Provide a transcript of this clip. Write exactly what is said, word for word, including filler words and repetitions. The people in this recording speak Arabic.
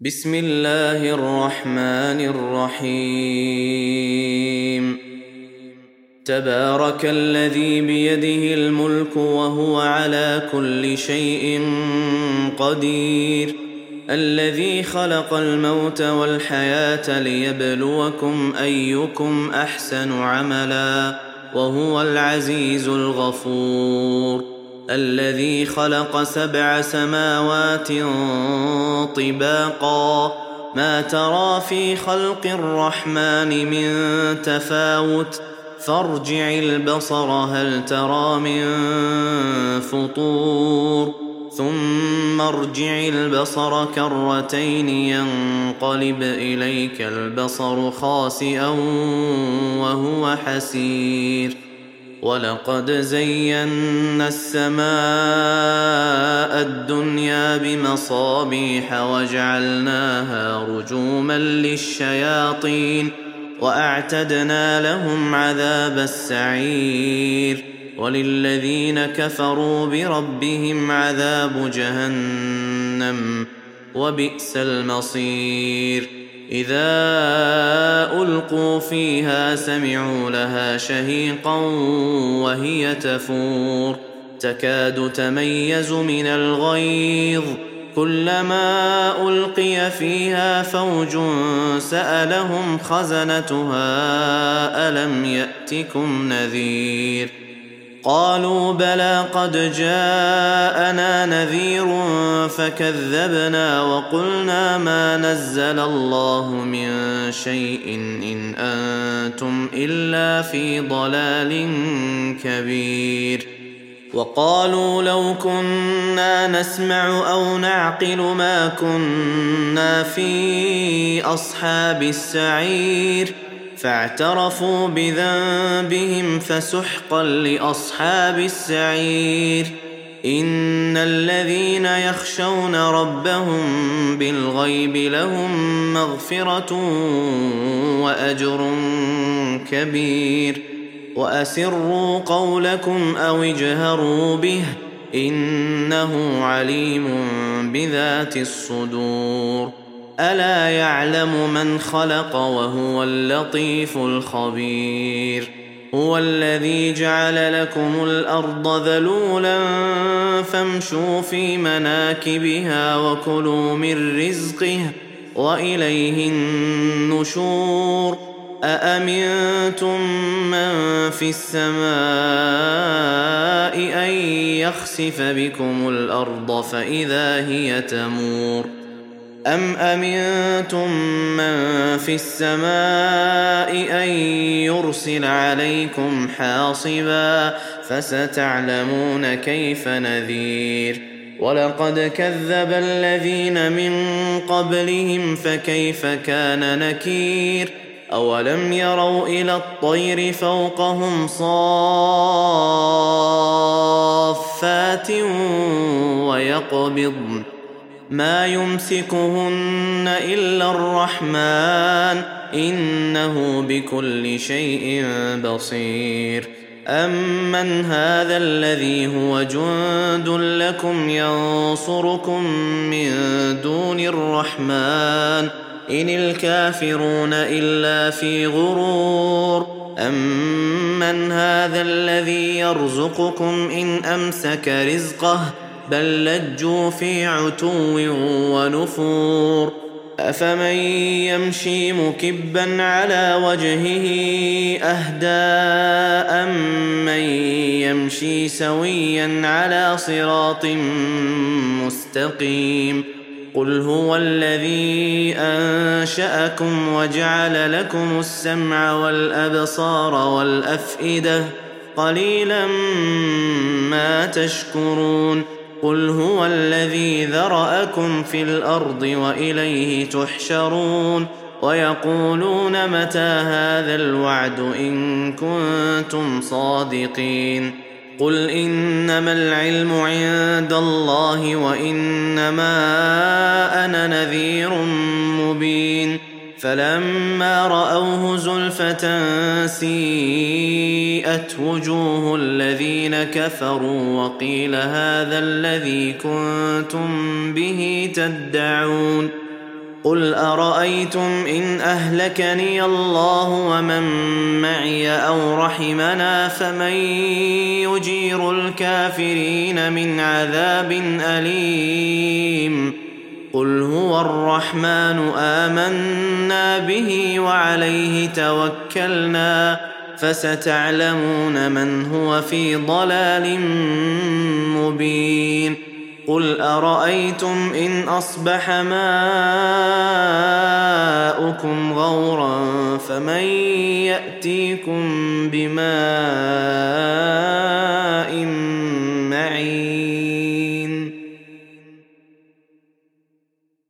بسم الله الرحمن الرحيم تبارك الذي بيده الملك وهو على كل شيء قدير الذي خلق الموت والحياة ليبلوكم أيكم أحسن عملا وهو العزيز الغفور الذي خلق سبع سماوات طباقا ما ترى في خلق الرحمن من تفاوت فارجع البصر هل ترى من فطور ثم ارجع البصر كرتين ينقلب إليك البصر خاسئا وهو حسير ولقد زينا السماء الدنيا بمصابيح وجعلناها رجوما للشياطين وأعتدنا لهم عذاب السعير وللذين كفروا بربهم عذاب جهنم وبئس المصير إذا ألقوا فيها سمعوا لها شهيقا وهي تفور تكاد تميز من الغيظ كلما ألقي فيها فوج سألهم خزنتها ألم يأتكم نذير قالوا بلى قد جاءنا نذير فكذبنا وقلنا ما نزل الله من شيء إن أنتم إلا في ضلال كبير وقالوا لو كنا نسمع أو نعقل ما كنا في أصحاب السعير فاعترفوا بذنبهم فسحقا لأصحاب السعير إن الذين يخشون ربهم بالغيب لهم مغفرة وأجر كبير وأسروا قولكم أو اجهروا به إنه عليم بذات الصدور ألا يعلم من خلق وهو اللطيف الخبير هو الذي جعل لكم الأرض ذلولا فامشوا في مناكبها وكلوا من رزقه وإليه النشور أأمنتم من في السماء أن يخسف بكم الأرض فإذا هي تمور أم أمنتم من في السماء أن يرسل عليكم حاصبا فستعلمون كيف نذير ولقد كذب الذين من قبلهم فكيف كان نكير أولم يروا إلى الطير فوقهم صافات ويقبضن ما يمسكهن إلا الرحمن إنه بكل شيء بصير أمن هذا الذي هو جند لكم ينصركم من دون الرحمن إن الكافرون إلا في غرور أمن هذا الذي يرزقكم إن أمسك رزقه بل لجوا في عتو ونفور أفمن يمشي مكبا على وجهه أهدى أمن يمشي سويا على صراط مستقيم قل هو الذي أنشأكم وجعل لكم السمع والأبصار والأفئدة قليلا ما تشكرون قل هو الذي ذرأكم في الأرض وإليه تحشرون ويقولون متى هذا الوعد إن كنتم صادقين قل إنما العلم عند الله وإنما أنا نذير مبين فلما رأوه زلفة سيئت وجوه الذين كفروا وقيل هذا الذي كنتم به تدعون قل أرأيتم إن أهلكني الله ومن معي أو رحمنا فمن يجير الكافرين من عذاب أليم قل هو الرحمن آمنا به وعليه توكلنا فستعلمون من هو في ضلال مبين قل أرأيتم إن أصبح ماؤكم غورا فمن يأتيكم بماء